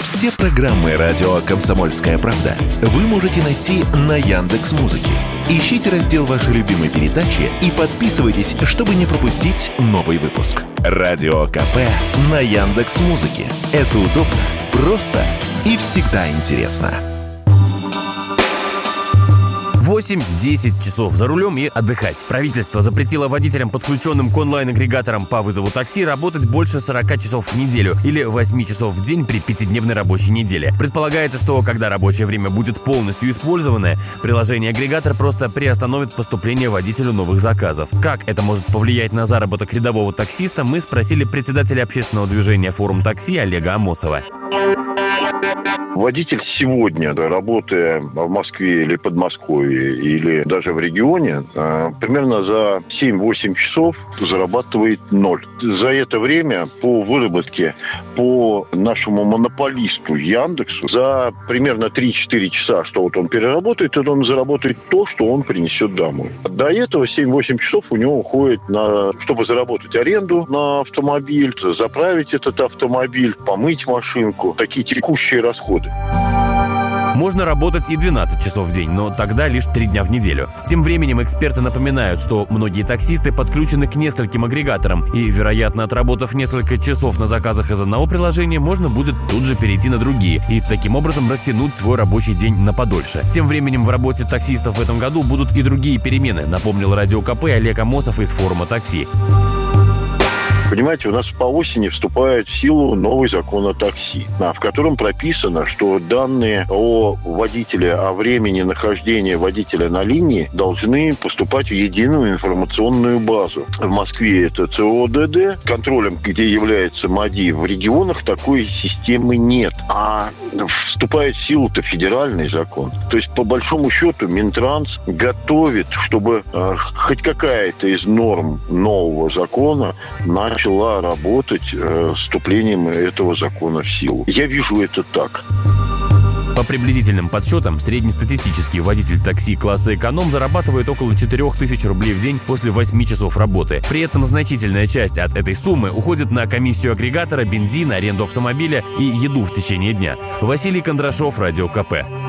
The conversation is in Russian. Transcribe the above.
Все программы радио «Комсомольская правда» вы можете найти на Яндекс.Музыке. Ищите раздел вашей любимой передачи и подписывайтесь, чтобы не пропустить новый выпуск. Радио КП на Яндекс.Музыке. Это удобно, просто и всегда интересно. 8-10 часов за рулем и отдыхать. Правительство запретило водителям, подключенным к онлайн-агрегаторам по вызову такси, работать больше 40 часов в неделю или 8 часов в день при 5-дневной рабочей неделе. Предполагается, что когда рабочее время будет полностью использовано, приложение-агрегатор просто приостановит поступление водителю новых заказов. Как это может повлиять на заработок рядового таксиста, мы спросили председателя общественного движения «Форум такси» Олега Амосова. Водитель сегодня, работая в Москве или Подмосковье, или даже в регионе, примерно за 7-8 часов зарабатывает 0. За это время по выработке по нашему монополисту Яндексу за примерно 3-4 часа, что вот он переработает, и он заработает то, что он принесет домой. До этого 7-8 часов у него уходит на, чтобы заработать аренду на автомобиль, заправить этот автомобиль, помыть машинку, такие текущие расходы. Можно работать и 12 часов в день, но тогда лишь 3 дня в неделю. Тем временем эксперты напоминают, что многие таксисты подключены к нескольким агрегаторам, и, вероятно, отработав несколько часов на заказах из одного приложения, можно будет тут же перейти на другие и таким образом растянуть свой рабочий день на подольше. Тем временем в работе таксистов в этом году будут и другие перемены, напомнил Радио КП Олег Амосов из форума такси. Понимаете, у нас по осени вступает в силу новый закон о такси, в котором прописано, что данные о водителе, о времени нахождения водителя на линии должны поступать в единую информационную базу. В Москве это ЦОДД, контролем, где является МАДИ. В регионах такой системы нет. А вступает в силу-то федеральный закон. То есть, по большому счету, Минтранс готовит, чтобы хоть какая-то из норм нового закона начала работать с вступлением этого закона в силу. Я вижу это так. По приблизительным подсчетам, среднестатистический водитель такси класса эконом зарабатывает около 4000 рублей в день после 8 часов работы. При этом значительная часть от этой суммы уходит на комиссию агрегатора, бензин, аренду автомобиля и еду в течение дня. Василий Кондрашов, Радио КП.